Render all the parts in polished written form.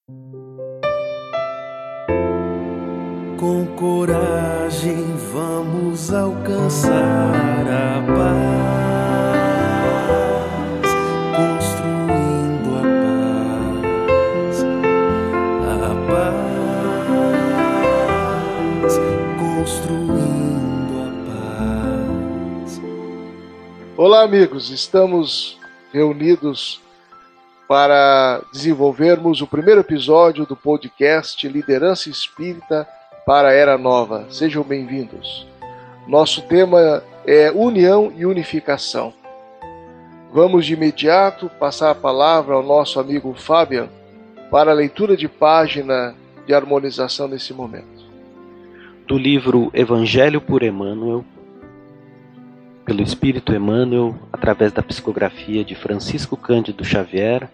Com coragem vamos alcançar a paz, construindo a paz, construindo a paz. Olá, amigos, estamos reunidos para desenvolvermos o primeiro episódio do podcast Liderança Espírita para a Era Nova. Sejam bem-vindos. Nosso tema é união e unificação. Vamos de imediato passar a palavra ao nosso amigo Fabian para a leitura de página de harmonização nesse momento. Do livro Evangelho por Emmanuel, pelo Espírito Emmanuel, através da psicografia de Francisco Cândido Xavier,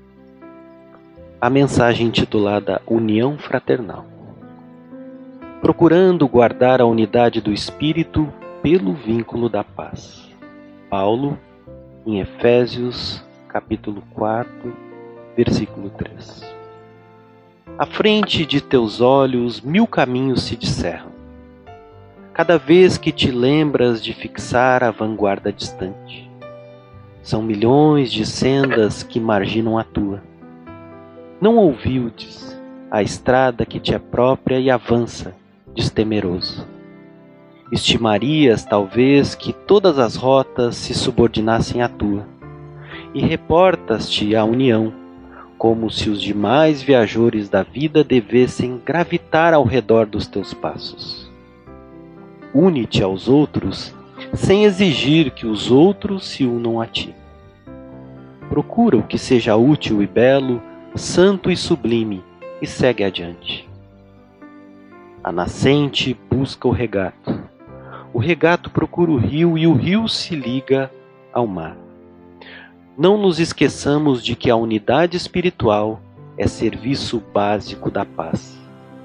a mensagem intitulada União Fraternal. Procurando guardar a unidade do Espírito pelo vínculo da paz. Paulo, em Efésios, capítulo 4, versículo 3. À frente de teus olhos 1000 caminhos se descerram. Cada vez que te lembras de fixar a vanguarda distante. São milhões de sendas que marginam a tua. Não ouvildes a estrada que te é própria e avança, destemeroso. Estimarias, talvez, que todas as rotas se subordinassem à tua, e reportas-te à união, como se os demais viajores da vida devessem gravitar ao redor dos teus passos. Une-te aos outros, sem exigir que os outros se unam a ti. Procura o que seja útil e belo, santo e sublime, e segue adiante. A nascente busca o regato procura o rio e o rio se liga ao mar. Não nos esqueçamos de que a unidade espiritual é serviço básico da paz.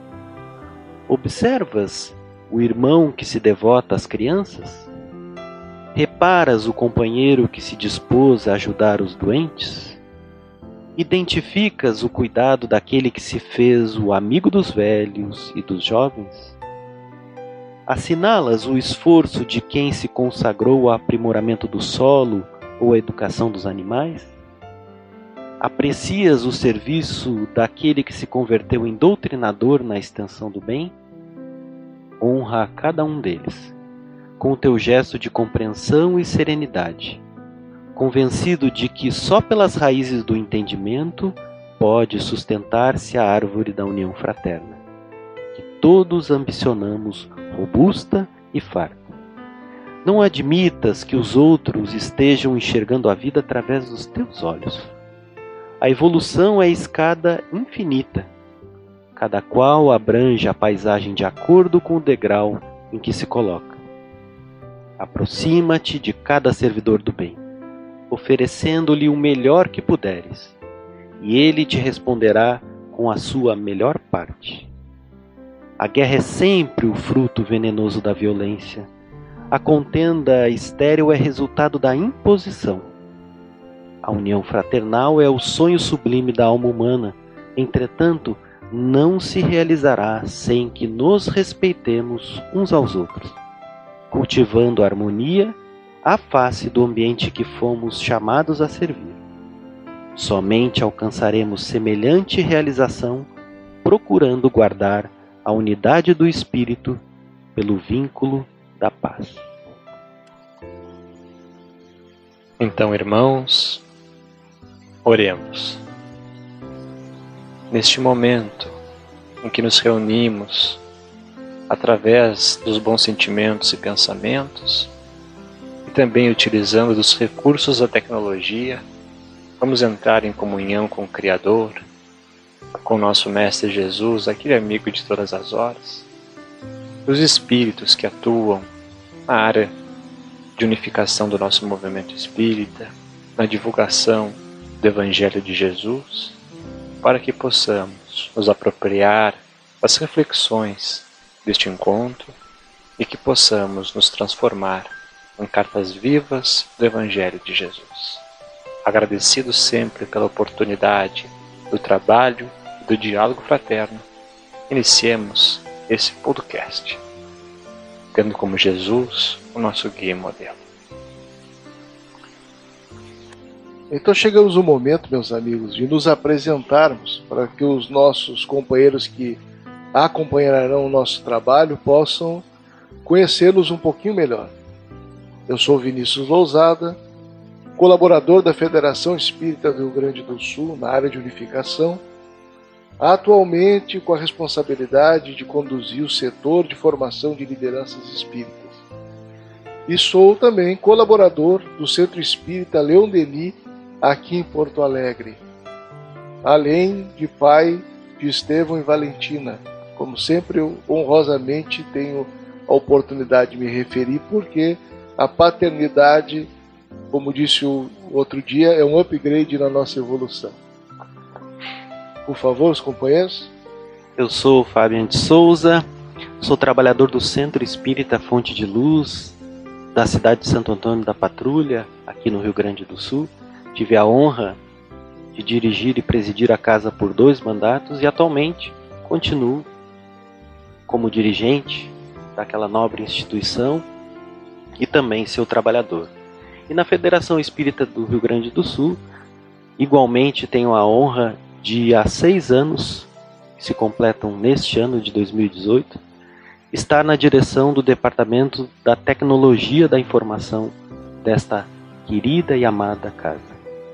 Observas o irmão que se devota às crianças? Reparas o companheiro que se dispôs a ajudar os doentes? Identificas o cuidado daquele que se fez o amigo dos velhos e dos jovens? Assinalas o esforço de quem se consagrou ao aprimoramento do solo ou à educação dos animais? Aprecias o serviço daquele que se converteu em doutrinador na extensão do bem? Honra a cada um deles, com o teu gesto de compreensão e serenidade, convencido de que só pelas raízes do entendimento pode sustentar-se a árvore da união fraterna, que todos ambicionamos robusta e farta. Não admitas que os outros estejam enxergando a vida através dos teus olhos. A evolução é escada infinita. Cada qual abrange a paisagem de acordo com o degrau em que se coloca. Aproxima-te de cada servidor do bem, oferecendo-lhe o melhor que puderes, e ele te responderá com a sua melhor parte. A guerra é sempre o fruto venenoso da violência. A contenda estéril é resultado da imposição. A união fraternal é o sonho sublime da alma humana, entretanto, não se realizará sem que nos respeitemos uns aos outros, cultivando a harmonia à face do ambiente que fomos chamados a servir. Somente alcançaremos semelhante realização procurando guardar a unidade do Espírito pelo vínculo da paz. Então, irmãos, oremos. Neste momento em que nos reunimos através dos bons sentimentos e pensamentos, e também utilizando dos recursos da tecnologia, vamos entrar em comunhão com o Criador, com nosso Mestre Jesus, aquele amigo de todas as horas, os espíritos que atuam na área de unificação do nosso movimento espírita, na divulgação do Evangelho de Jesus, para que possamos nos apropriar das reflexões deste encontro e que possamos nos transformar em cartas vivas do Evangelho de Jesus. Agradecido sempre pela oportunidade do trabalho do diálogo fraterno, iniciemos esse podcast, tendo como Jesus o nosso guia e modelo. Então chegamos no momento, meus amigos, de nos apresentarmos para que os nossos companheiros que acompanharão o nosso trabalho possam conhecê-los um pouquinho melhor. Eu sou Vinícius Lousada, colaborador da Federação Espírita do Rio Grande do Sul na área de unificação, atualmente com a responsabilidade de conduzir o setor de formação de lideranças espíritas. E sou também colaborador do Centro Espírita Leon Denis, aqui em Porto Alegre, além de pai de Estevão e Valentina. Como sempre, eu honrosamente tenho a oportunidade de me referir, porque a paternidade, como disse o outro dia, é um upgrade na nossa evolução. Por favor, os companheiros. Eu sou Fabian de Souza, sou trabalhador do Centro Espírita Fonte de Luz, da cidade de Santo Antônio da Patrulha, aqui no Rio Grande do Sul. Tive a honra de dirigir e presidir a casa por 2 mandatos e atualmente continuo como dirigente daquela nobre instituição e também seu trabalhador. E na Federação Espírita do Rio Grande do Sul, igualmente tenho a honra de, há 6 anos, que se completam neste ano de 2018, estar na direção do Departamento da Tecnologia da Informação desta querida e amada casa.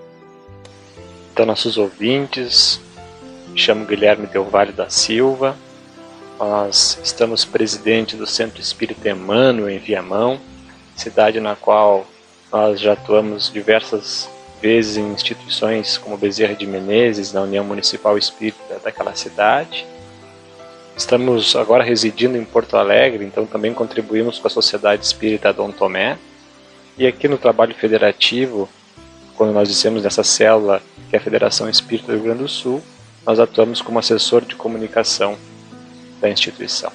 Então, nossos ouvintes, me chamo Guilherme Del Valle da Silva, nós estamos presidente do Centro Espírita Emmanuel em Viamão, cidade na qual nós já atuamos diversas vezes em instituições como Bezerra de Menezes, na União Municipal Espírita daquela cidade. Estamos agora residindo em Porto Alegre, então também contribuímos com a Sociedade Espírita Dom Tomé. E aqui no trabalho federativo, quando nós dissemos nessa célula que é a Federação Espírita do Rio Grande do Sul, nós atuamos como assessor de comunicação da instituição.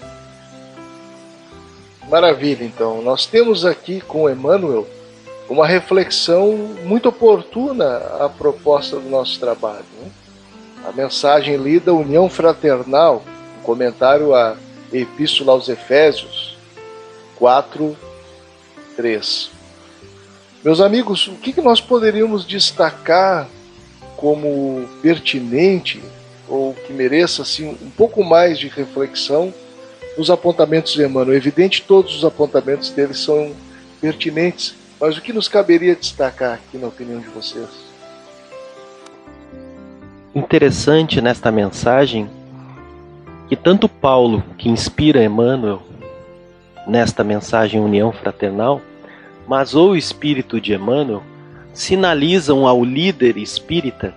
Maravilha, então. Nós temos aqui com o Emmanuel uma reflexão muito oportuna à proposta do nosso trabalho, né? A mensagem lida União Fraternal, um comentário à Epístola aos Efésios 4:3. Meus amigos, o que nós poderíamos destacar como pertinente ou que mereça assim, um pouco mais de reflexão nos apontamentos de Emmanuel? É evidente que todos os apontamentos dele são pertinentes, mas o que nos caberia destacar aqui na opinião de vocês? Interessante nesta mensagem que tanto Paulo, que inspira Emmanuel nesta mensagem União Fraternal, mas o espírito de Emmanuel sinalizam ao líder espírita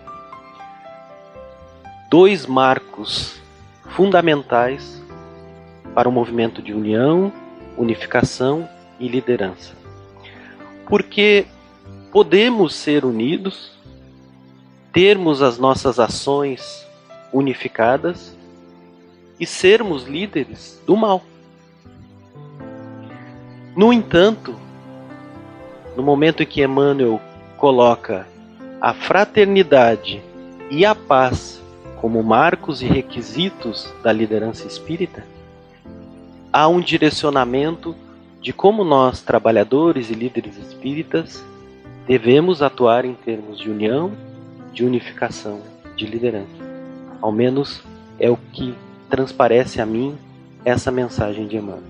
2 marcos fundamentais para o movimento de união, unificação e liderança. Porque podemos ser unidos, termos as nossas ações unificadas e sermos líderes do mal. No entanto, no momento em que Emmanuel coloca a fraternidade e a paz como marcos e requisitos da liderança espírita, há um direcionamento de como nós, trabalhadores e líderes espíritas, devemos atuar em termos de união, de unificação, de liderança. Ao menos é o que transparece a mim essa mensagem de Emmanuel.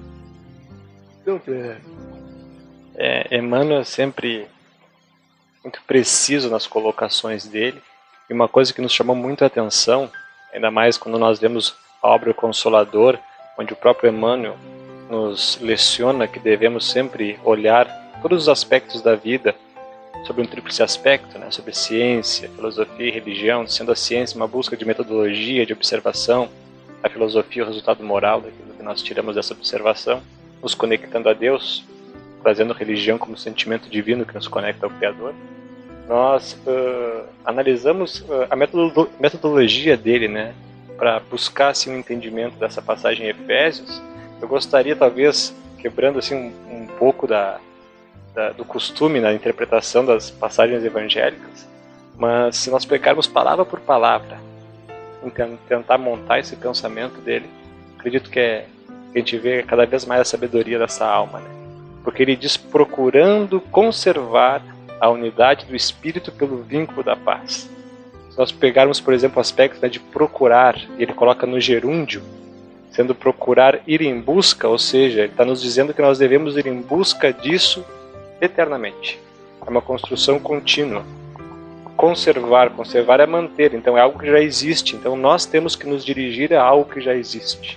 Emmanuel é sempre muito preciso nas colocações dele, e uma coisa que nos chamou muito a atenção, ainda mais quando nós vemos a obra O Consolador, onde o próprio Emmanuel nos leciona que devemos sempre olhar todos os aspectos da vida sobre um tríplice aspecto, né? Sobre ciência, filosofia e religião, sendo a ciência uma busca de metodologia, de observação, a filosofia o resultado moral daquilo que nós tiramos dessa observação, nos conectando a Deus, trazendo religião como sentimento divino que nos conecta ao Criador. Nós analisamos a metodologia dele, né, para buscar assim, um entendimento dessa passagem em Efésios. Eu gostaria, talvez, quebrando assim, um pouco do costume na interpretação das passagens evangélicas, mas se nós pegarmos palavra por palavra em tentar montar esse pensamento dele, acredito que a gente vê cada vez mais a sabedoria dessa alma, né? Porque ele diz procurando conservar a unidade do espírito pelo vínculo da paz. Se nós pegarmos, por exemplo, o aspecto, né, de procurar, e ele coloca no gerúndio, sendo procurar ir em busca, ou seja, ele está nos dizendo que nós devemos ir em busca disso eternamente. É uma construção contínua. Conservar é manter, então é algo que já existe, então nós temos que nos dirigir a algo que já existe.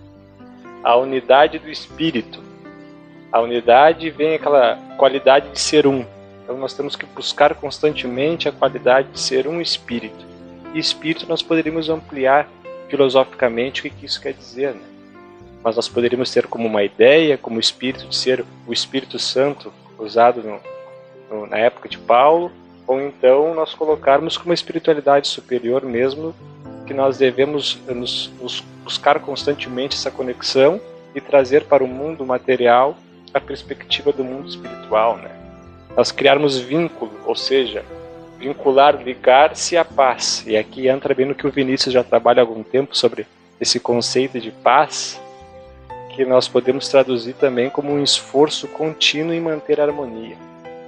A unidade do espírito. A unidade vem aquela qualidade de ser um. Então nós temos que buscar constantemente a qualidade de ser um espírito. E espírito nós poderíamos ampliar filosoficamente o que isso quer dizer, né? Mas nós poderíamos ter como uma ideia, como espírito de ser o Espírito Santo usado na época de Paulo, ou então nós colocarmos como uma espiritualidade superior mesmo, que nós devemos nos buscar constantemente essa conexão e trazer para o mundo material a perspectiva do mundo espiritual, né? Nós criarmos vínculo, ou seja, vincular, ligar-se à paz. E aqui entra bem no que o Vinícius já trabalha há algum tempo sobre esse conceito de paz, que nós podemos traduzir também como um esforço contínuo em manter a harmonia.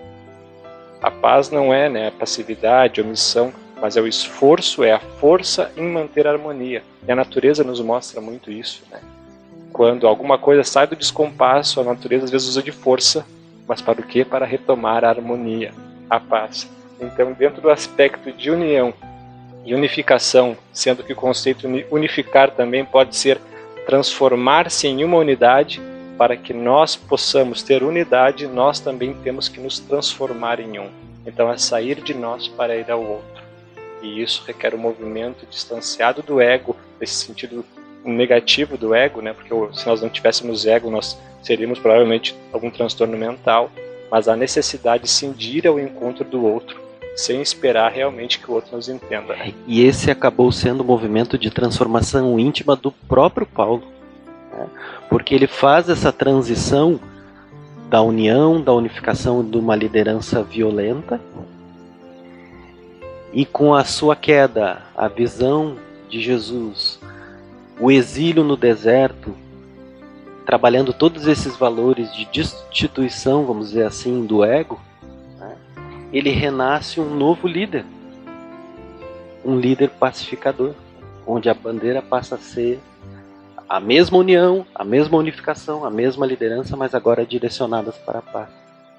A paz não é, né, a passividade, omissão, mas é o esforço, é a força em manter a harmonia. E a natureza nos mostra muito isso, né? Quando alguma coisa sai do descompasso, a natureza às vezes usa de força, mas para o quê? Para retomar a harmonia, a paz. Então, dentro do aspecto de união e unificação, sendo que o conceito unificar também pode ser transformar-se em uma unidade, para que nós possamos ter unidade, nós também temos que nos transformar em um. Então, é sair de nós para ir ao outro. E isso requer um movimento distanciado do ego, nesse sentido negativo do ego, né? Porque se nós não tivéssemos ego, nós seríamos provavelmente algum transtorno mental, mas a necessidade sim de ir ao encontro do outro, sem esperar realmente que o outro nos entenda. E esse acabou sendo o movimento de transformação íntima do próprio Paulo, né? Porque ele faz essa transição da união, da unificação de uma liderança violenta, e com a sua queda, a visão de Jesus, o exílio no deserto, trabalhando todos esses valores de destituição, vamos dizer assim, do ego, né? Ele renasce um novo líder, um líder pacificador, onde a bandeira passa a ser a mesma união, a mesma unificação, a mesma liderança, mas agora direcionadas para a paz.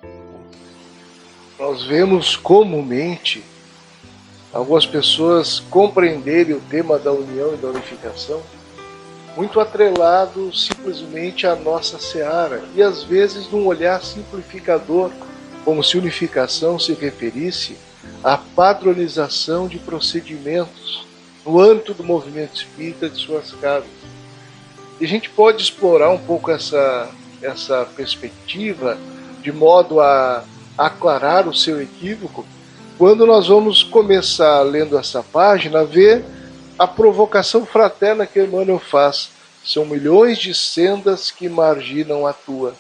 Nós vemos comumente algumas pessoas compreenderem o tema da união e da unificação muito atrelado simplesmente à nossa seara, e às vezes num olhar simplificador, como se unificação se referisse à padronização de procedimentos no âmbito do movimento espírita de suas casas. E a gente pode explorar um pouco essa perspectiva de modo a aclarar o seu equívoco, quando nós vamos começar lendo essa página, a ver a provocação fraterna que Emmanuel faz. São milhões de sendas que marginam a tua.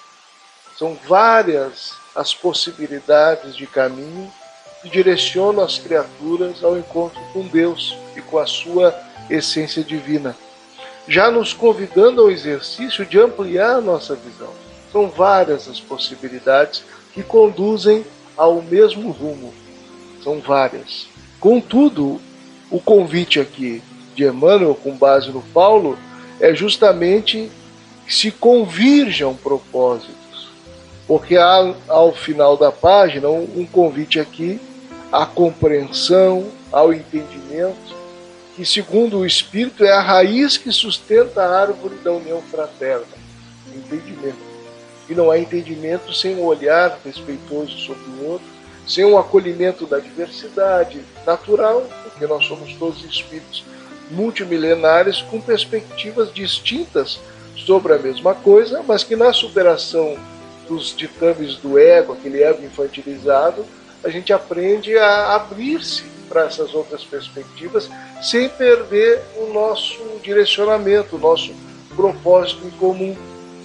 São várias as possibilidades de caminho que direcionam as criaturas ao encontro com Deus e com a sua essência divina, já nos convidando ao exercício de ampliar a nossa visão. São várias as possibilidades que conduzem ao mesmo rumo. São várias. Contudo, o convite aqui de Emmanuel, com base no Paulo, é justamente que se convirjam propósitos. Porque há, ao final da página, um convite aqui à compreensão, ao entendimento, que, segundo o Espírito, é a raiz que sustenta a árvore da união fraterna. Entendimento. E não há entendimento sem um olhar respeitoso sobre o outro, sem um acolhimento da diversidade natural, porque nós somos todos espíritos multimilenares com perspectivas distintas sobre a mesma coisa, mas que na superação dos ditames do ego, aquele ego infantilizado, a gente aprende a abrir-se para essas outras perspectivas sem perder o nosso direcionamento, o nosso propósito em comum.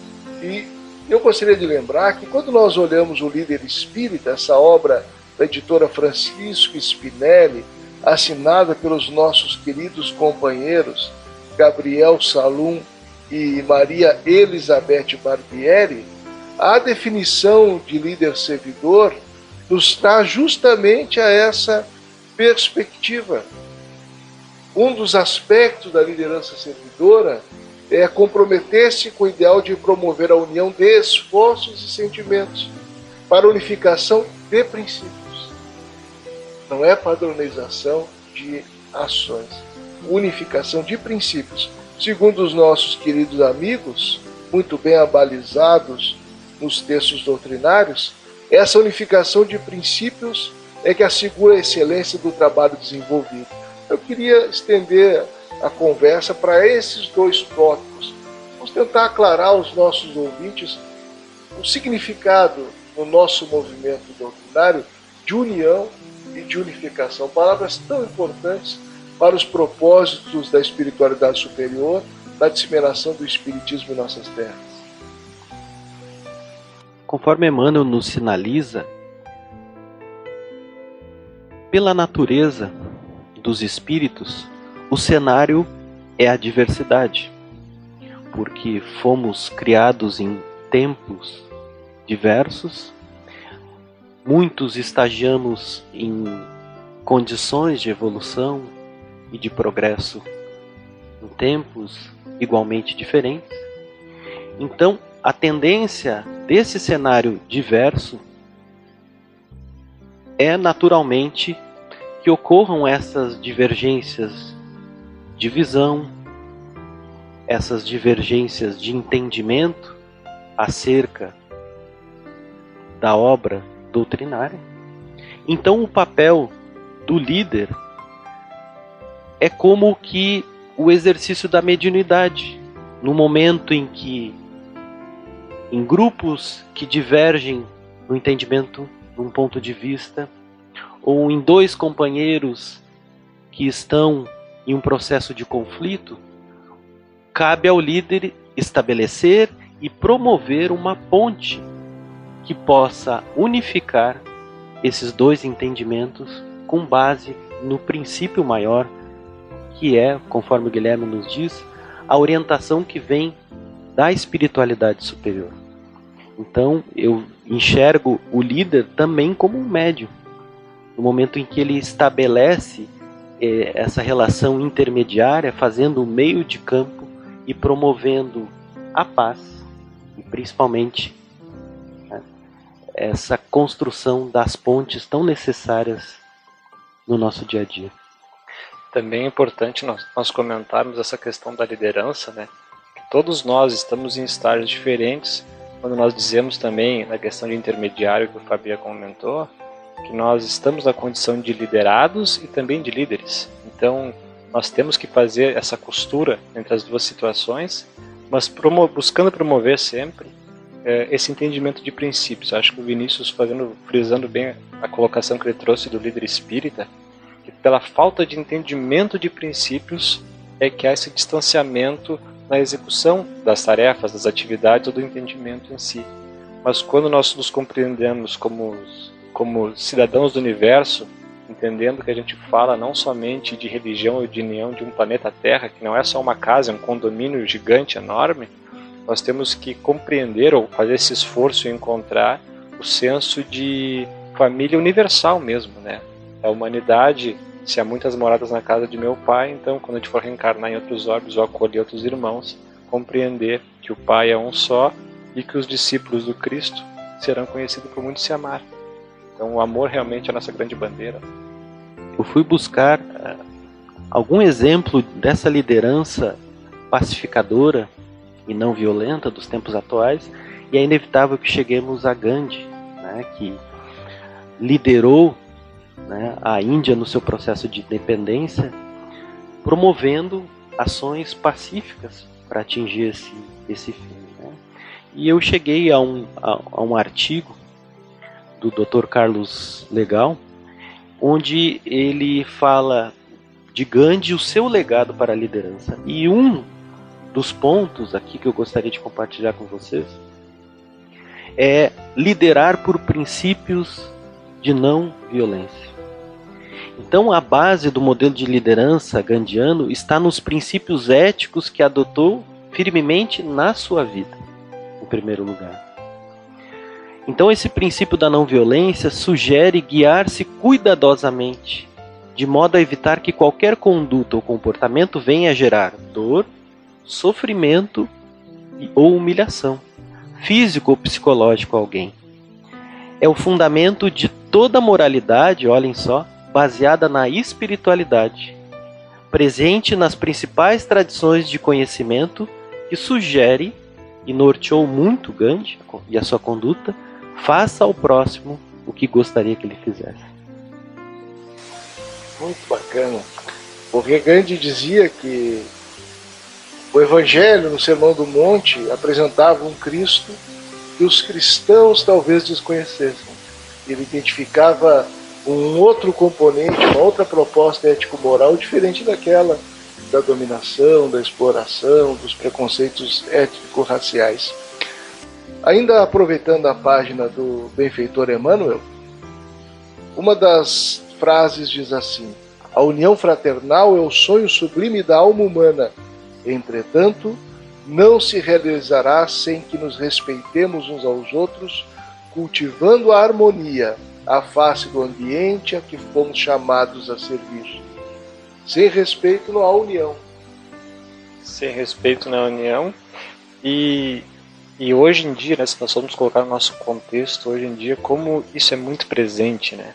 E eu gostaria de lembrar que quando nós olhamos o Líder Espírita, essa obra da editora Francisco Spinelli, assinada pelos nossos queridos companheiros Gabriel Salum e Maria Elizabeth Barbieri, a definição de líder servidor nos traz justamente a essa perspectiva. Um dos aspectos da liderança servidora é comprometer-se com o ideal de promover a união de esforços e sentimentos para a unificação de princípios. Não é padronização de ações, unificação de princípios. Segundo os nossos queridos amigos, muito bem abalizados nos textos doutrinários, essa unificação de princípios é que assegura a excelência do trabalho desenvolvido. Eu queria estender a conversa para esses dois tópicos. Vamos tentar aclarar aos nossos ouvintes o significado no nosso movimento doutrinário de união e de unificação. Palavras tão importantes para os propósitos da espiritualidade superior, da disseminação do espiritismo em nossas terras. Conforme Emmanuel nos sinaliza, pela natureza dos espíritos, o cenário é a diversidade, porque fomos criados em tempos diversos, muitos estagiamos em condições de evolução e de progresso em tempos igualmente diferentes. Então, a tendência desse cenário diverso é naturalmente que ocorram essas divergências de visão, essas divergências de entendimento acerca da obra doutrinária. Então, o papel do líder é como que o exercício da mediunidade, no momento em que, em grupos que divergem no entendimento, num ponto de vista, ou em dois companheiros que estão em um processo de conflito, cabe ao líder estabelecer e promover uma ponte que possa unificar esses dois entendimentos com base no princípio maior, que é, conforme o Guilherme nos diz, a orientação que vem da espiritualidade superior. Então, eu enxergo o líder também como um médium. No momento em que ele estabelece essa relação intermediária, fazendo o meio de campo e promovendo a paz, e principalmente essa construção das pontes tão necessárias no nosso dia a dia. Também é importante nós comentarmos essa questão da liderança, né? Que todos nós estamos em estágios diferentes, quando nós dizemos também na questão de intermediário que o Fabia comentou, que nós estamos na condição de liderados e também de líderes. Então, nós temos que fazer essa costura entre as duas situações, mas buscando promover sempre esse entendimento de princípios. Acho que o Vinícius, frisando bem a colocação que ele trouxe do líder espírita, que pela falta de entendimento de princípios é que há esse distanciamento na execução das tarefas, das atividades ou do entendimento em si. Mas quando nós nos compreendemos como cidadãos do universo, entendendo que a gente fala não somente de religião ou de união de um planeta Terra, que não é só uma casa, é um condomínio gigante, enorme, nós temos que compreender ou fazer esse esforço em encontrar o senso de família universal mesmo, né? A humanidade, se há muitas moradas na casa de meu pai, então quando a gente for reencarnar em outros orbes ou acolher outros irmãos, compreender que o Pai é um só e que os discípulos do Cristo serão conhecidos por muitos se amar. Então o amor realmente é a nossa grande bandeira. Eu fui buscar algum exemplo dessa liderança pacificadora e não violenta dos tempos atuais, e é inevitável que cheguemos a Gandhi, né, que liderou, né, a Índia no seu processo de independência, promovendo ações pacíficas para atingir esse fim, né? E eu cheguei a um artigo do Dr. Carlos Legal, onde ele fala de Gandhi e o seu legado para a liderança. E um dos pontos aqui que eu gostaria de compartilhar com vocês é liderar por princípios de não violência. Então, a base do modelo de liderança gandhiano está nos princípios éticos que adotou firmemente na sua vida, em primeiro lugar. Então, esse princípio da não violência sugere guiar-se cuidadosamente, de modo a evitar que qualquer conduta ou comportamento venha a gerar dor, sofrimento ou humilhação, físico ou psicológico a alguém. É o fundamento de toda moralidade, olhem só, baseada na espiritualidade, presente nas principais tradições de conhecimento que sugere e norteou muito Gandhi e a sua conduta: faça ao próximo o que gostaria que ele fizesse. Muito bacana, porque Gandhi dizia que o Evangelho no Sermão do Monte apresentava um Cristo que os cristãos talvez desconhecessem. Ele identificava um outro componente, uma outra proposta ético-moral diferente daquela da dominação, da exploração, dos preconceitos étnico-raciais. Ainda aproveitando a página do benfeitor Emmanuel, uma das frases diz assim: a união fraternal é o sonho sublime da alma humana. Entretanto, não se realizará sem que nos respeitemos uns aos outros, cultivando a harmonia, a face do ambiente a que fomos chamados a servir. Sem respeito não há união. Sem respeito na união. E hoje em dia, né, se nós formos colocar no nosso contexto, hoje em dia, como isso é muito presente, né?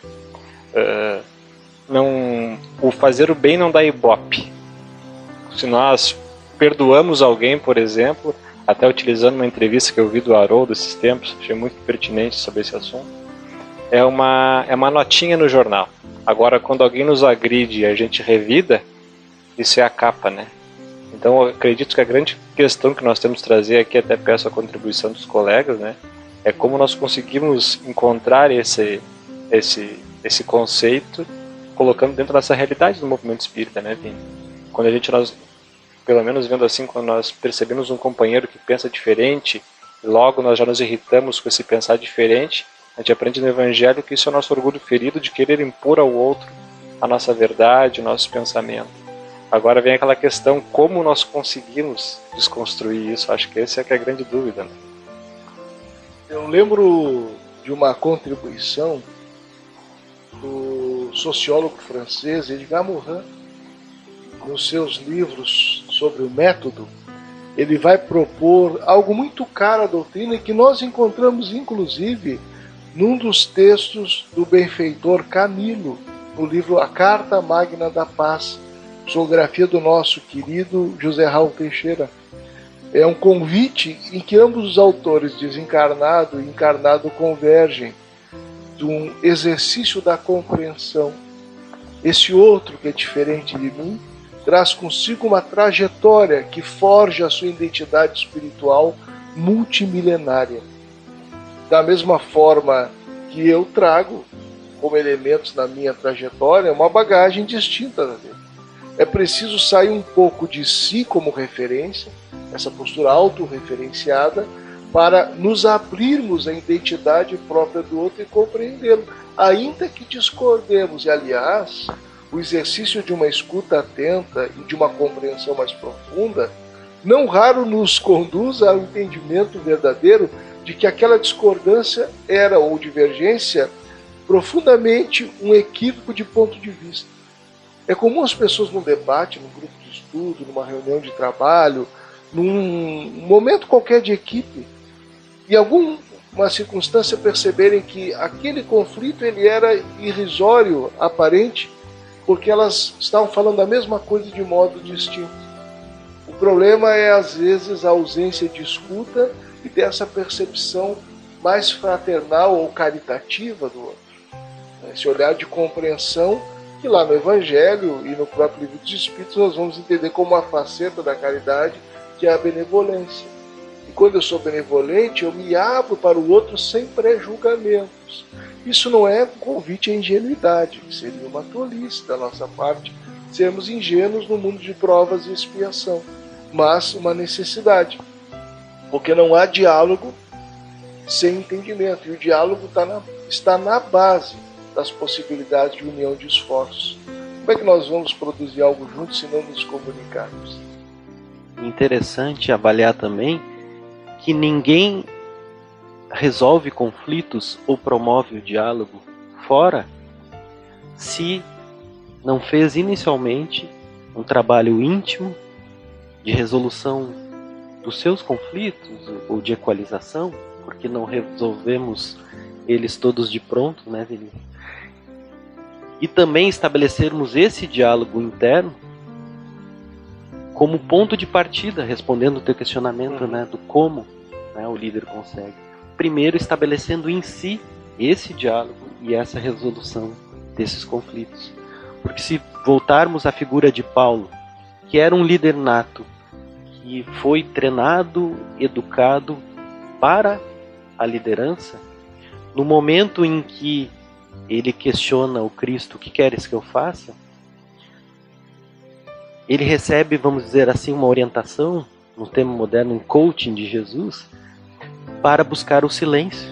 O fazer o bem não dá ibope. Se nós perdoamos alguém, por exemplo, até utilizando uma entrevista que eu vi do Haroldo esses tempos, achei muito pertinente sobre esse assunto, é uma notinha no jornal. Agora, quando alguém nos agride e a gente revida, isso é a capa, né? Então, eu acredito que a grande questão que nós temos que trazer aqui, até peço a contribuição dos colegas, né, é como nós conseguimos encontrar esse conceito, colocando dentro dessa realidade do movimento espírita, né, Vini? Quando nós, pelo menos vendo assim, quando nós percebemos um companheiro que pensa diferente, logo nós já nos irritamos com esse pensar diferente, a gente aprende no Evangelho que isso é o nosso orgulho ferido de querer impor ao outro a nossa verdade, o nosso pensamento. Agora vem aquela questão, como nós conseguimos desconstruir isso? Acho que essa é a grande dúvida, né? Eu lembro de uma contribuição do sociólogo francês Edgar Morin. Nos seus livros sobre o método, ele vai propor algo muito caro à doutrina e que nós encontramos, inclusive, num dos textos do benfeitor Camilo, no livro A Carta Magna da Paz, psicografia do nosso querido José Raul Teixeira. É um convite em que ambos os autores, desencarnado e encarnado, convergem de um exercício da compreensão. Esse outro, que é diferente de mim, traz consigo uma trajetória que forja a sua identidade espiritual multimilenária. Da mesma forma que eu trago, como elementos na minha trajetória, uma bagagem distinta da dele. É preciso sair um pouco de si como referência, essa postura autorreferenciada, para nos abrirmos à identidade própria do outro e compreendê-lo, ainda que discordemos. E, aliás, o exercício de uma escuta atenta e de uma compreensão mais profunda, não raro nos conduz ao entendimento verdadeiro de que aquela discordância era, ou divergência, profundamente um equívoco de ponto de vista. É comum as pessoas num debate, num grupo de estudo, numa reunião de trabalho, num momento qualquer de equipe, em alguma circunstância perceberem que aquele conflito ele era irrisório, aparente, porque elas estavam falando a mesma coisa de modo distinto. O problema é, às vezes, a ausência de escuta e dessa percepção mais fraternal ou caritativa do outro. Esse olhar de compreensão que lá no Evangelho e no próprio Livro dos Espíritos nós vamos entender como uma faceta da caridade, que é a benevolência. E quando eu sou benevolente, eu me abro para o outro sem pré-julgamentos. Isso não é um convite à ingenuidade, seria uma tolice da nossa parte sermos ingênuos no mundo de provas e expiação, mas uma necessidade, porque não há diálogo sem entendimento, e o diálogo está na base das possibilidades de união de esforços. Como é que nós vamos produzir algo juntos se não nos comunicarmos? Interessante avaliar também que ninguém resolve conflitos ou promove o diálogo fora se não fez inicialmente um trabalho íntimo de resolução dos seus conflitos ou de equalização, porque não resolvemos eles todos de pronto, né, Vinícius? E também estabelecermos esse diálogo interno como ponto de partida, respondendo o teu questionamento, né, do como, né, o líder consegue. Primeiro, estabelecendo em si esse diálogo e essa resolução desses conflitos. Porque se voltarmos à figura de Paulo, que era um líder nato, que foi treinado, educado para a liderança, no momento em que ele questiona o Cristo, o que queres que eu faça? Ele recebe, vamos dizer assim, uma orientação, no termo moderno, um coaching de Jesus, para buscar o silêncio.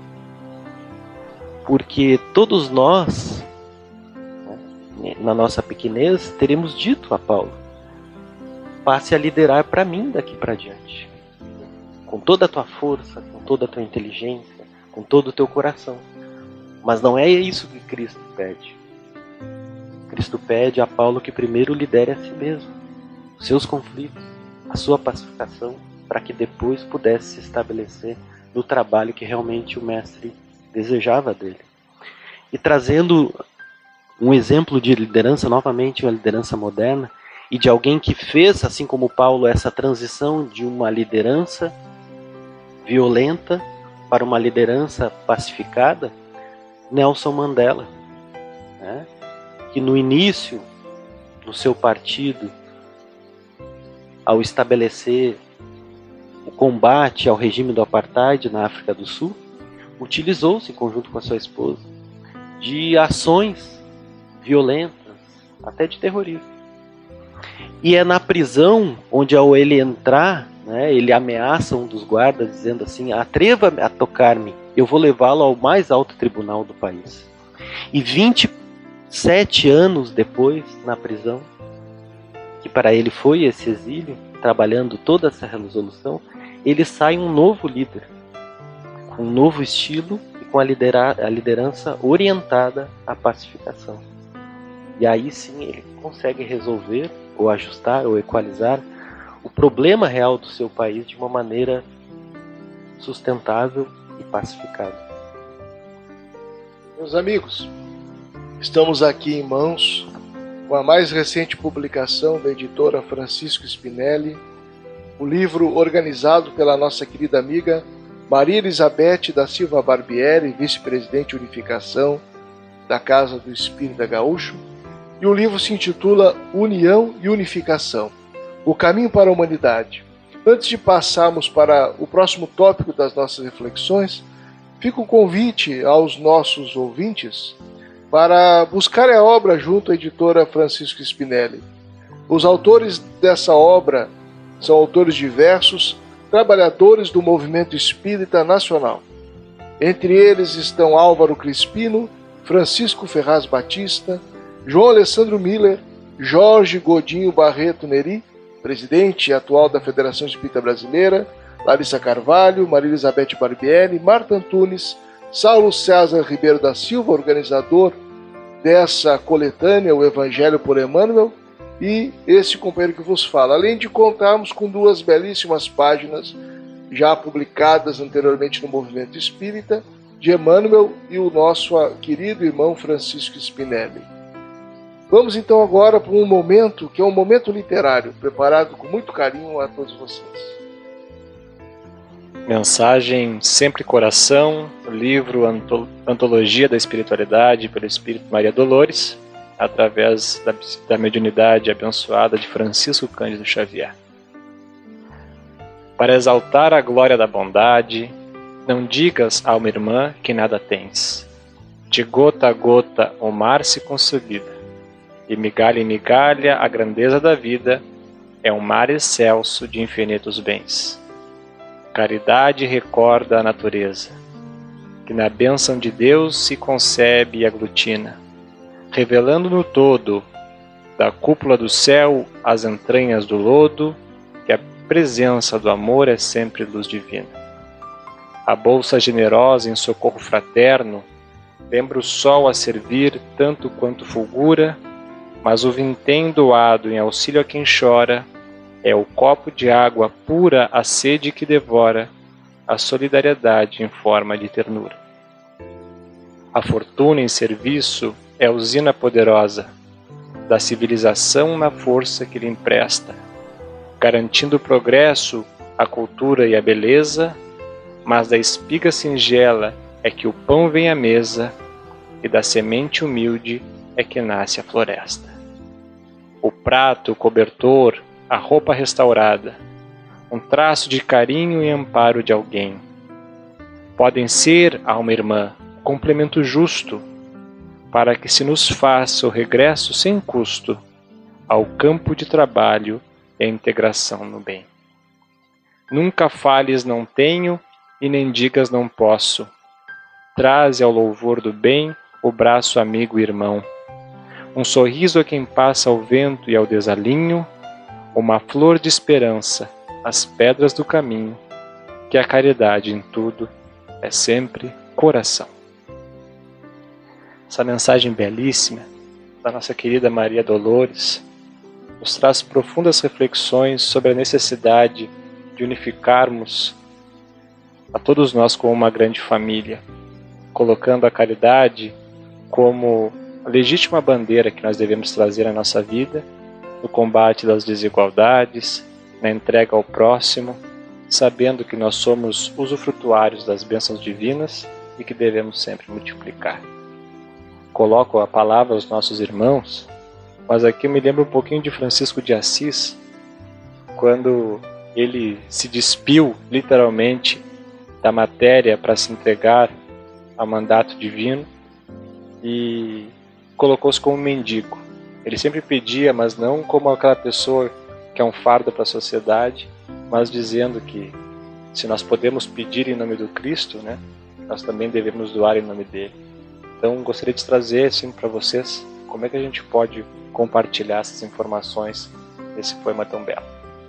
Porque todos nós, né, na nossa pequenez, teremos dito a Paulo: passe a liderar para mim daqui para diante, com toda a tua força, com toda a tua inteligência, com todo o teu coração. Mas não é isso que Cristo pede. Cristo pede a Paulo que primeiro lidere a si mesmo, os seus conflitos, a sua pacificação, para que depois pudesse se estabelecer no trabalho que realmente o mestre desejava dele. E trazendo um exemplo de liderança, novamente uma liderança moderna, e de alguém que fez, assim como Paulo, essa transição de uma liderança violenta para uma liderança pacificada, Nelson Mandela, né? Que no início, no seu partido, ao estabelecer o combate ao regime do apartheid na África do Sul, utilizou-se, em conjunto com a sua esposa, de ações violentas, até de terrorismo. E é na prisão onde, ao ele entrar, né, ele ameaça um dos guardas, dizendo assim: atreva a tocar-me, eu vou levá-lo ao mais alto tribunal do país. E 27 anos depois, na prisão, que para ele foi esse exílio, trabalhando toda essa resolução, ele sai um novo líder, com um novo estilo e com a liderança orientada à pacificação. E aí sim ele consegue resolver, ou ajustar, ou equalizar o problema real do seu país de uma maneira sustentável e pacificada. Meus amigos, estamos aqui em mãos com a mais recente publicação da editora Francisco Spinelli, o livro organizado pela nossa querida amiga Maria Elizabeth da Silva Barbieri, vice-presidente de unificação da Casa do Espírita Gaúcho, e o livro se intitula União e Unificação, o caminho para a humanidade. Antes de passarmos para o próximo tópico das nossas reflexões, fica o convite aos nossos ouvintes para buscar a obra junto à editora Francisco Spinelli. Os autores dessa obra são autores diversos, trabalhadores do movimento espírita nacional. Entre eles estão Álvaro Crispino, Francisco Ferraz Batista, João Alessandro Miller, Jorge Godinho Barreto Neri, presidente atual da Federação Espírita Brasileira, Larissa Carvalho, Maria Elizabeth Barbieri, Marta Antunes, Saulo César Ribeiro da Silva, organizador dessa coletânea, o Evangelho por Emmanuel, e esse companheiro que vos fala, além de contarmos com duas belíssimas páginas já publicadas anteriormente no Movimento Espírita, de Emmanuel e o nosso querido irmão Francisco Spinelli. Vamos então agora para um momento que é um momento literário, preparado com muito carinho a todos vocês. Mensagem Sempre Coração, livro Antologia da Espiritualidade pelo Espírito Maria Dolores, através da mediunidade abençoada de Francisco Cândido Xavier. Para exaltar a glória da bondade, não digas a uma irmã que nada tens. De gota a gota o mar se consolida, e migalha em migalha a grandeza da vida é um mar excelso de infinitos bens. Caridade recorda a natureza. que na bênção de Deus se concebe e aglutina, revelando no todo, da cúpula do céu às entranhas do lodo, que a presença do amor é sempre luz divina. A bolsa generosa em socorro fraterno lembra o sol a servir tanto quanto fulgura, mas o vintém doado em auxílio a quem chora é o copo de água pura a sede que devora a solidariedade em forma de ternura. A fortuna em serviço é a usina poderosa da civilização na força que lhe empresta, garantindo o progresso, a cultura e a beleza, mas da espiga singela é que o pão vem à mesa e da semente humilde é que nasce a floresta. O prato, o cobertor, a roupa restaurada, um traço de carinho e amparo de alguém, podem ser, alma irmã, complemento justo para que se nos faça o regresso sem custo ao campo de trabalho e a integração no bem. Nunca fales não tenho e nem digas não posso. Traze ao louvor do bem o braço amigo e irmão. Um sorriso a quem passa ao vento e ao desalinho, uma flor de esperança às pedras do caminho, que a caridade em tudo é sempre coração. Essa mensagem belíssima da nossa querida Maria Dolores nos traz profundas reflexões sobre a necessidade de unificarmos a todos nós como uma grande família, colocando a caridade como a legítima bandeira que nós devemos trazer à nossa vida, no combate das desigualdades, na entrega ao próximo, sabendo que nós somos usufrutuários das bênçãos divinas e que devemos sempre multiplicar. Coloco a palavra aos nossos irmãos, mas aqui eu me lembro um pouquinho de Francisco de Assis, quando ele se despiu, literalmente, da matéria para se entregar ao mandato divino e colocou-se como mendigo. Ele sempre pedia, mas não como aquela pessoa que é um fardo para a sociedade, mas dizendo que se nós podemos pedir em nome do Cristo, né, nós também devemos doar em nome dele. Então, gostaria de trazer assim, para vocês como é que a gente pode compartilhar essas informações nesse poema tão belo.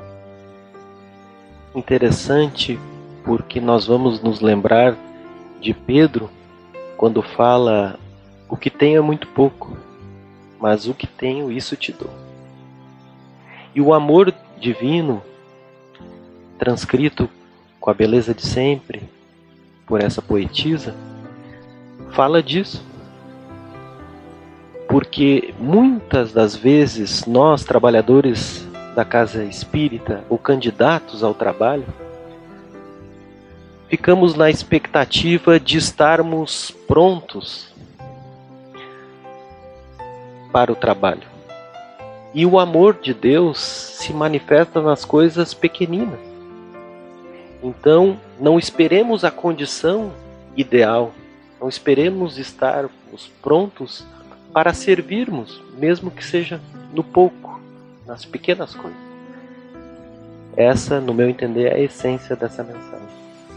Interessante, porque nós vamos nos lembrar de Pedro quando fala: o que tenho é muito pouco, mas o que tenho, isso te dou. E o amor divino, transcrito com a beleza de sempre por essa poetisa, fala disso. Porque muitas das vezes nós, trabalhadores da casa espírita ou candidatos ao trabalho, ficamos na expectativa de estarmos prontos para o trabalho. E o amor de Deus se manifesta nas coisas pequeninas. Então, não esperemos a condição ideal, não esperemos estarmos prontos para servirmos, mesmo que seja no pouco, nas pequenas coisas. Essa, no meu entender, é a essência dessa mensagem.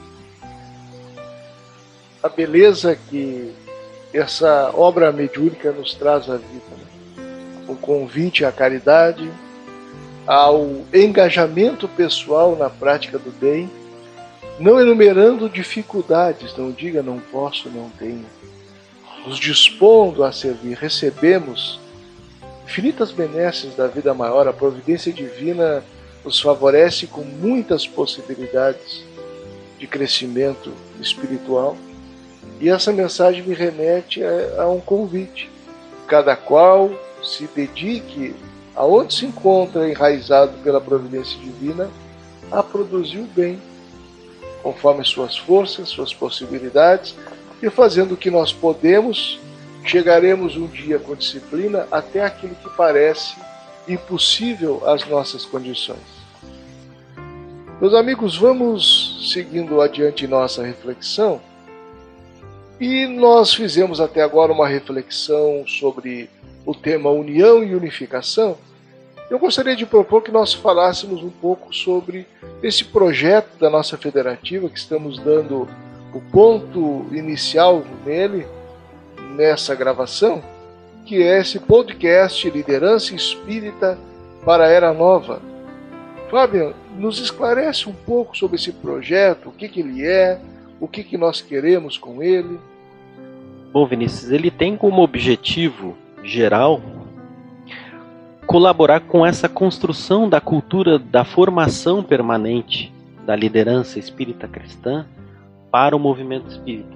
A beleza que essa obra mediúnica nos traz à vida, né? Um convite à caridade, ao engajamento pessoal na prática do bem, não enumerando dificuldades, não diga não posso, não tenho, nos dispondo a servir. Recebemos infinitas benesses da vida maior, a providência divina nos favorece com muitas possibilidades de crescimento espiritual. E essa mensagem me remete a um convite. Cada qual se dedique aonde se encontra enraizado pela providência divina a produzir o bem, conforme suas forças, suas possibilidades, e fazendo o que nós podemos, chegaremos um dia com disciplina até aquilo que parece impossível às nossas condições. Meus amigos, vamos seguindo adiante nossa reflexão. E nós fizemos até agora uma reflexão sobre o tema união e unificação. Eu gostaria de propor que nós falássemos um pouco sobre esse projeto da nossa federativa, que estamos dando o ponto inicial nessa gravação, que é esse podcast Liderança Espírita para a Era Nova. Fábio, nos esclarece um pouco sobre esse projeto, o que ele é, o que nós queremos com ele. Bom, Vinícius, ele tem como objetivo geral colaborar com essa construção da cultura da formação permanente da liderança espírita cristã para o movimento espírita.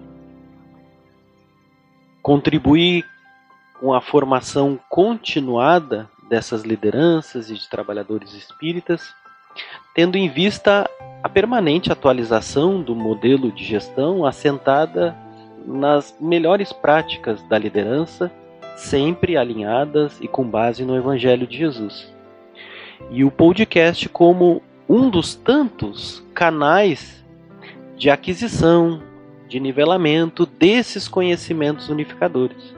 Contribuir com a formação continuada dessas lideranças e de trabalhadores espíritas, tendo em vista a permanente atualização do modelo de gestão assentada nas melhores práticas da liderança, sempre alinhadas e com base no Evangelho de Jesus. E o podcast como um dos tantos canais de aquisição, de nivelamento desses conhecimentos unificadores,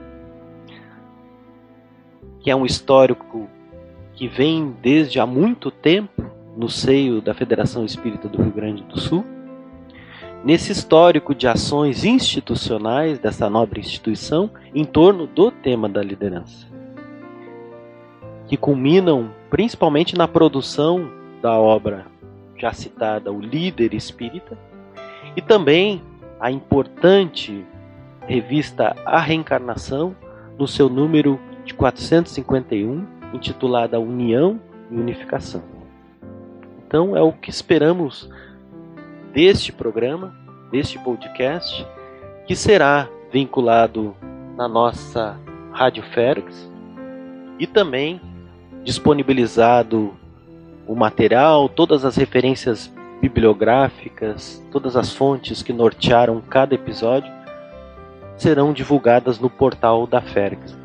que é um histórico que vem desde há muito tempo no seio da Federação Espírita do Rio Grande do Sul, nesse histórico de ações institucionais dessa nobre instituição em torno do tema da liderança, que culminam principalmente na produção da obra já citada, O Líder Espírita, e também a importante revista A Reencarnação, no seu número de 451, intitulada União e Unificação. Então é o que esperamos deste programa, deste podcast, que será vinculado na nossa Rádio Fergs e também disponibilizado o material, todas as referências bibliográficas, todas as fontes que nortearam cada episódio serão divulgadas no portal da Fergs,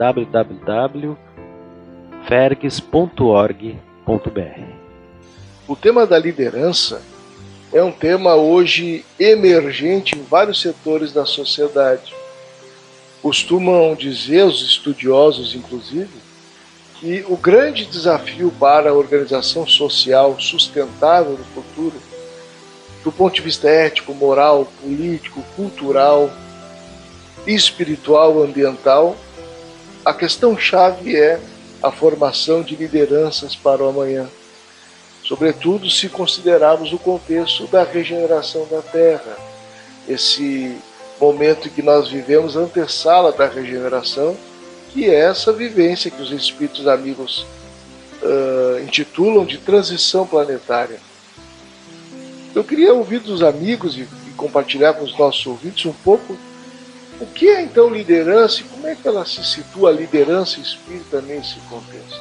www.fergs.org.br. O tema da liderança é um tema hoje emergente em vários setores da sociedade. Costumam dizer os estudiosos, inclusive, que o grande desafio para a organização social sustentável no futuro, do ponto de vista ético, moral, político, cultural, espiritual, ambiental, a questão-chave é a formação de lideranças para o amanhã. Sobretudo se considerarmos o contexto da regeneração da Terra, esse momento em que nós vivemos antessala da regeneração, que é essa vivência que os espíritos amigos intitulam de transição planetária. Eu queria ouvir dos amigos e compartilhar com os nossos ouvintes um pouco o que é então liderança e como é que ela se situa, a liderança espírita, nesse contexto.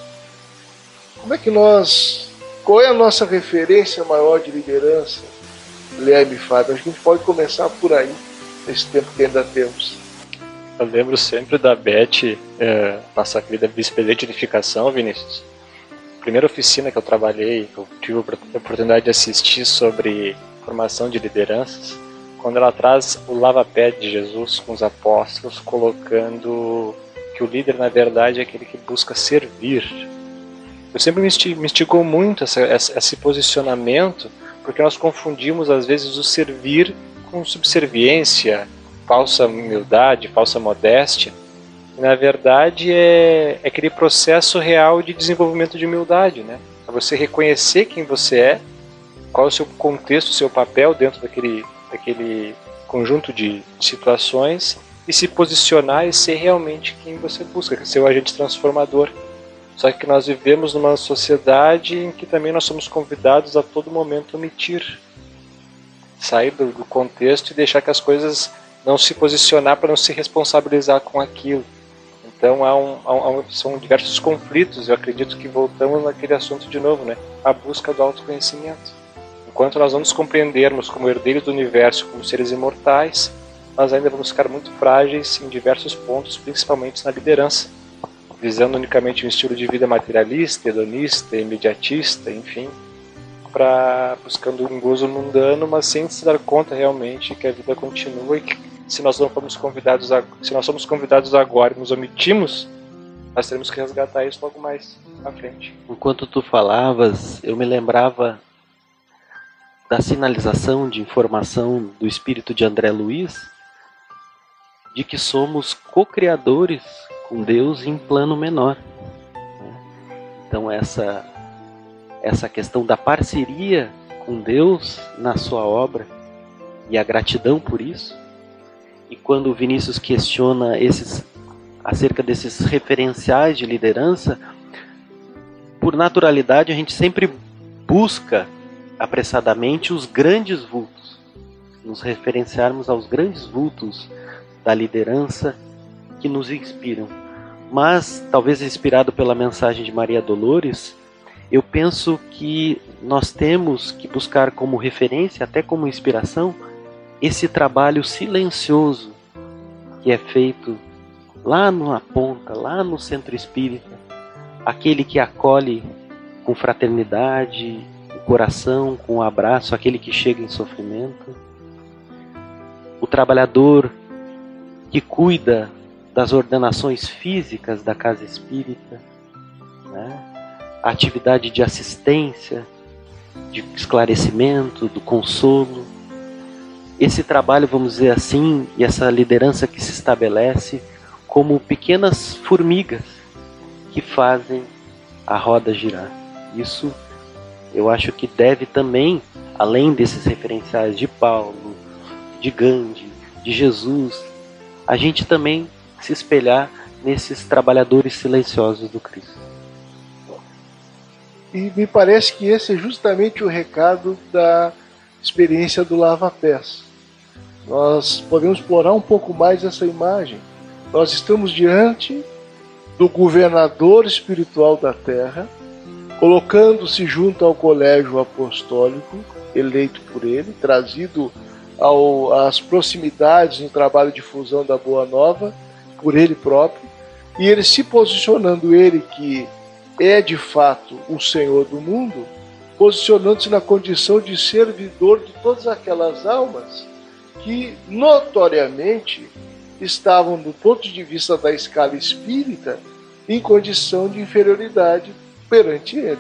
Qual é a nossa referência maior de liderança, Guilherme e Fábio? Acho que a gente pode começar por aí, nesse tempo que ainda temos. Eu lembro sempre da Beth, nossa querida vice-presidente de unificação, Vinícius. A primeira oficina que eu trabalhei, eu tive a oportunidade de assistir sobre formação de lideranças, quando ela traz o lava-pé de Jesus com os apóstolos, colocando que o líder, na verdade, é aquele que busca servir. Eu sempre me instigou muito esse posicionamento, porque nós confundimos, às vezes, o servir com subserviência, falsa humildade, falsa modéstia. E, na verdade, é aquele processo real de desenvolvimento de humildade, né? É você reconhecer quem você é, qual é o seu contexto, o seu papel dentro daquele conjunto de situações e se posicionar e ser realmente quem você busca, ser o agente transformador. Só que nós vivemos numa sociedade em que também nós somos convidados a todo momento a omitir, sair do contexto e deixar que as coisas não se posicionar para não se responsabilizar com aquilo. Então são diversos conflitos. Eu acredito que voltamos naquele assunto de novo, né? A busca do autoconhecimento. Enquanto nós não nos compreendermos como herdeiros do universo, como seres imortais, nós ainda vamos ficar muito frágeis em diversos pontos, principalmente na liderança, visando unicamente um estilo de vida materialista, hedonista, imediatista, enfim, buscando um gozo mundano, mas sem se dar conta realmente que a vida continua e que se nós somos convidados agora e nos omitimos, nós teremos que resgatar isso logo mais à frente. Enquanto tu falavas, eu me lembrava da sinalização de informação do espírito de André Luiz, de que somos co-criadores com Deus em plano menor. Então essa questão da parceria com Deus na sua obra e a gratidão por isso. E quando o Vinícius questiona acerca desses referenciais de liderança, por naturalidade a gente sempre busca apressadamente os grandes vultos, nos referenciarmos aos grandes vultos da liderança que nos inspiram. Mas, talvez inspirado pela mensagem de Maria Dolores, eu penso que nós temos que buscar como referência, até como inspiração, esse trabalho silencioso que é feito lá na ponta, lá no centro espírita, aquele que acolhe com fraternidade, o coração, com um abraço, aquele que chega em sofrimento, o trabalhador que cuida das ordenações físicas da casa espírita, né? A atividade de assistência, de esclarecimento, do consolo. Esse trabalho, vamos dizer assim, e essa liderança que se estabelece como pequenas formigas que fazem a roda girar. Isso eu acho que deve também, além desses referenciais de Paulo, de Gandhi, de Jesus, a gente também se espelhar nesses trabalhadores silenciosos do Cristo. E me parece que esse é justamente o recado da experiência do lava-pés. Nós podemos explorar um pouco mais essa imagem. Nós estamos diante do governador espiritual da Terra, colocando-se junto ao colégio apostólico, eleito por ele, trazido às proximidades no trabalho de difusão da Boa Nova, por ele próprio, e ele se posicionando, ele que é de fato o Senhor do mundo, posicionando-se na condição de servidor de todas aquelas almas que notoriamente estavam, do ponto de vista da escala espírita, em condição de inferioridade perante ele.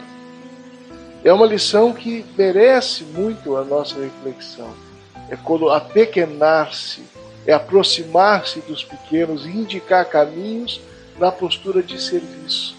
É uma lição que merece muito a nossa reflexão. É apequenar-se, é aproximar-se dos pequenos e indicar caminhos na postura de serviço.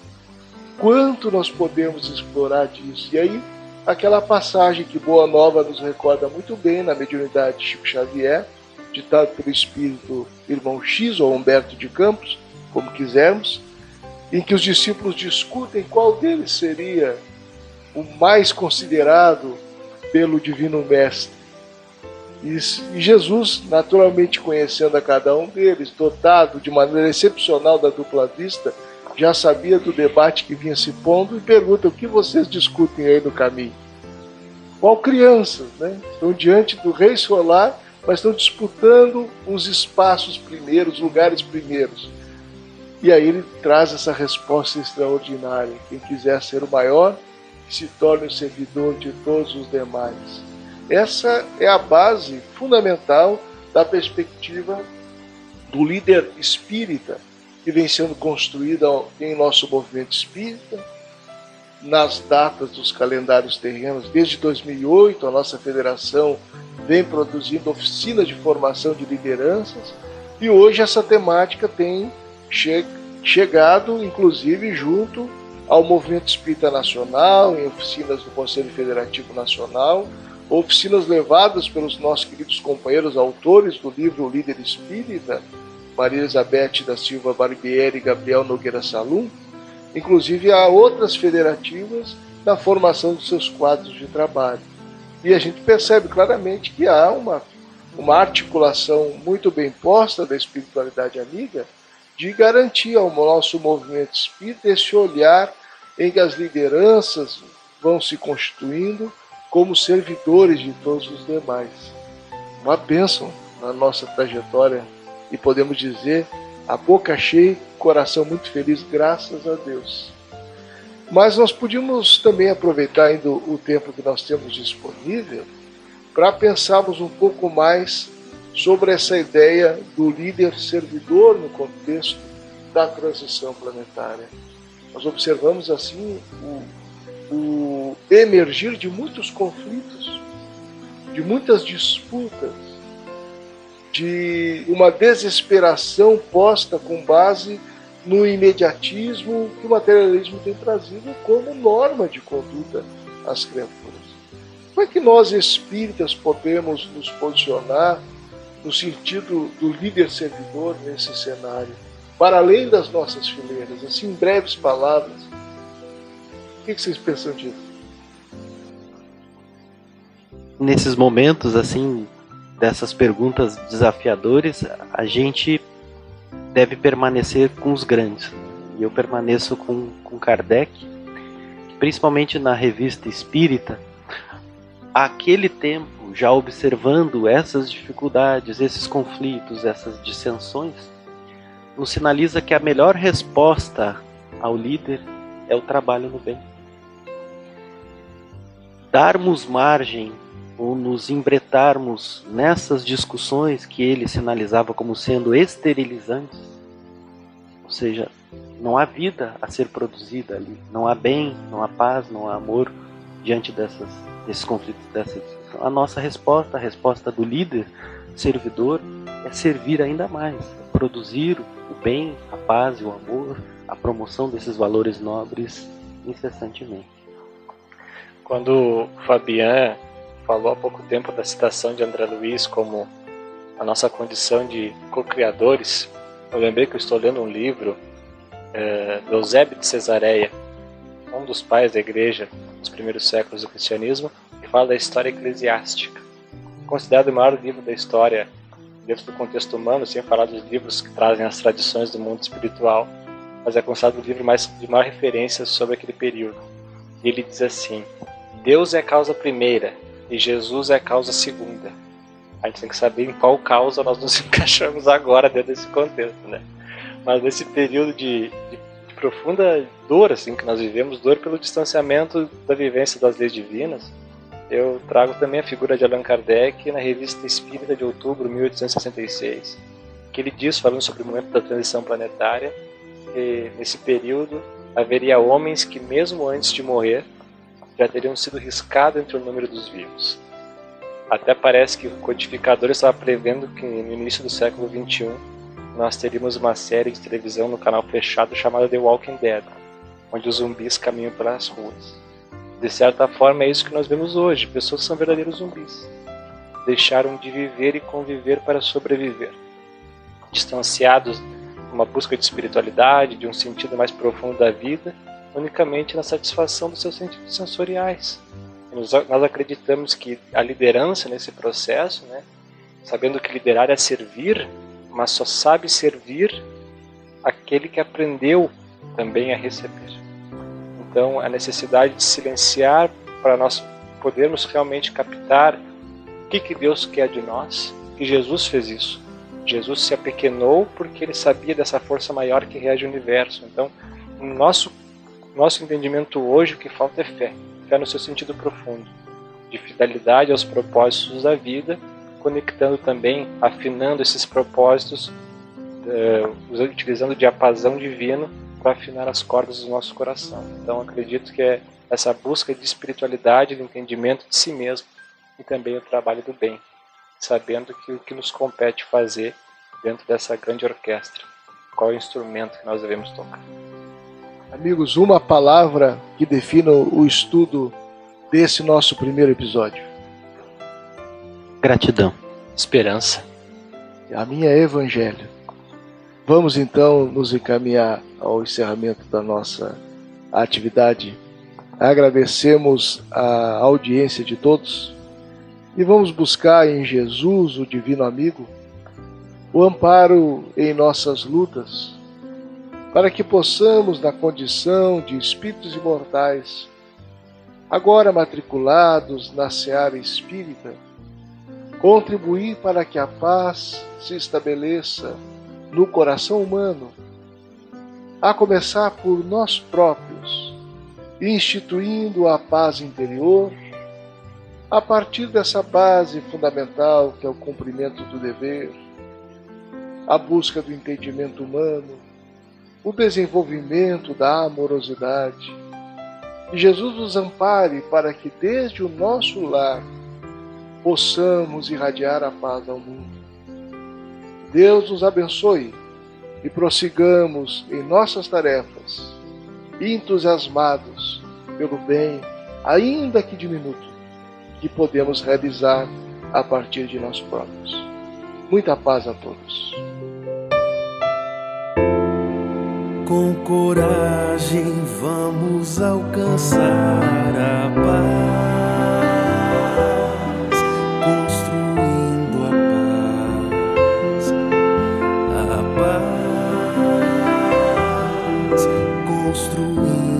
Quanto nós podemos explorar disso? E aí, aquela passagem que Boa Nova nos recorda muito bem na mediunidade de Chico Xavier, ditado pelo espírito Irmão X ou Humberto de Campos, como quisermos, em que os discípulos discutem qual deles seria o mais considerado pelo Divino Mestre. E Jesus, naturalmente conhecendo a cada um deles, dotado de maneira excepcional da dupla vista, já sabia do debate que vinha se pondo e pergunta: o que vocês discutem aí no caminho? Qual crianças, né? Estão diante do Rei Solar, mas estão disputando os espaços primeiros, lugares primeiros. E aí ele traz essa resposta extraordinária: quem quiser ser o maior, que se torne o servidor de todos os demais. Essa é a base fundamental da perspectiva do líder espírita, que vem sendo construída em nosso movimento espírita, nas datas dos calendários terrenos. Desde 2008, a nossa federação vem produzindo oficinas de formação de lideranças, e hoje essa temática tem chegado, inclusive, junto ao Movimento Espírita Nacional, em oficinas do Conselho Federativo Nacional, oficinas levadas pelos nossos queridos companheiros autores do livro O Líder Espírita, Maria Elizabeth da Silva Barbieri e Gabriel Nogueira Salum, inclusive há outras federativas na formação dos seus quadros de trabalho. E a gente percebe claramente que há uma articulação muito bem posta da espiritualidade amiga de garantir ao nosso movimento espírita esse olhar em que as lideranças vão se constituindo como servidores de todos os demais. Uma bênção na nossa trajetória, e podemos dizer, a boca cheia, coração muito feliz, graças a Deus. Mas nós podíamos também aproveitar ainda o tempo que nós temos disponível para pensarmos um pouco mais sobre essa ideia do líder servidor no contexto da transição planetária. Nós observamos assim o emergir de muitos conflitos de muitas disputas, de uma desesperação posta com base no imediatismo que o materialismo tem trazido como norma de conduta às criaturas. Como é que nós espíritas podemos nos posicionar no sentido do líder servidor nesse cenário, para além das nossas fileiras, assim, em breves palavras? O que vocês pensam disso? Nesses momentos, assim, dessas perguntas desafiadoras, a gente deve permanecer com os grandes. E eu permaneço com Kardec, principalmente na Revista Espírita, aquele tempo, já observando essas dificuldades, esses conflitos, essas dissensões, nos sinaliza que a melhor resposta ao líder é o trabalho no bem. Darmos margem ou nos embretarmos nessas discussões que ele sinalizava como sendo esterilizantes, ou seja, não há vida a ser produzida ali, não há bem, não há paz, não há amor diante desses conflitos, dessa discussão. A nossa resposta, a resposta do líder servidor, é servir ainda mais, produzir o bem, a paz e o amor, a promoção desses valores nobres incessantemente. Quando o Fabian falou há pouco tempo da citação de André Luiz como a nossa condição de co-criadores, eu lembrei que eu estou lendo um livro do Eusébio de Cesareia, um dos pais da igreja dos primeiros séculos do cristianismo, que fala da história eclesiástica. Considerado o maior livro da história dentro do contexto humano, sem falar dos livros que trazem as tradições do mundo espiritual, mas é considerado o livro de maior referência sobre aquele período. E ele diz assim: Deus é a causa primeira e Jesus é a causa segunda. A gente tem que saber em qual causa nós nos encaixamos agora dentro desse contexto, né? Mas nesse período de profunda dor, assim, que nós vivemos, dor pelo distanciamento da vivência das leis divinas, eu trago também a figura de Allan Kardec na Revista Espírita de outubro de 1866, que ele diz, falando sobre o momento da transição planetária, que nesse período haveria homens que mesmo antes de morrer já teriam sido riscados entre o número dos vivos. Até parece que o codificador estava prevendo que no início do século XXI nós teríamos uma série de televisão no canal fechado chamada The Walking Dead, onde os zumbis caminham pelas ruas. De certa forma é isso que nós vemos hoje, pessoas que são verdadeiros zumbis. Deixaram de viver e conviver para sobreviver. Distanciados de uma busca de espiritualidade, de um sentido mais profundo da vida, unicamente na satisfação dos seus sentidos sensoriais. Nós acreditamos que a liderança nesse processo, né, sabendo que liderar é servir, mas só sabe servir aquele que aprendeu também a receber. Então, a necessidade de silenciar para nós podermos realmente captar o que Deus quer de nós, que Jesus fez isso. Jesus se apequenou porque ele sabia dessa força maior que rege o universo. Então, no nosso entendimento hoje, o que falta é fé. Fé no seu sentido profundo, de fidelidade aos propósitos da vida, conectando também, afinando esses propósitos, utilizando o diapasão divino para afinar as cordas do nosso coração. Então, acredito que é essa busca de espiritualidade, de entendimento de si mesmo e também o trabalho do bem, sabendo que o que nos compete fazer dentro dessa grande orquestra, qual é o instrumento que nós devemos tocar. Amigos, uma palavra que defina o estudo desse nosso primeiro episódio. Gratidão. Esperança. A minha é evangelho. Vamos então nos encaminhar ao encerramento da nossa atividade. Agradecemos a audiência de todos e vamos buscar em Jesus, o divino amigo, o amparo em nossas lutas, para que possamos, na condição de espíritos imortais, agora matriculados na seara espírita, contribuir para que a paz se estabeleça no coração humano, a começar por nós próprios, instituindo a paz interior, a partir dessa base fundamental que é o cumprimento do dever, a busca do entendimento humano, o desenvolvimento da amorosidade. E Jesus nos ampare para que desde o nosso lar possamos irradiar a paz ao mundo. Deus nos abençoe e prossigamos em nossas tarefas, entusiasmados pelo bem, ainda que diminuto, que podemos realizar a partir de nós próprios. Muita paz a todos. Com coragem vamos alcançar a paz, construindo a paz, construindo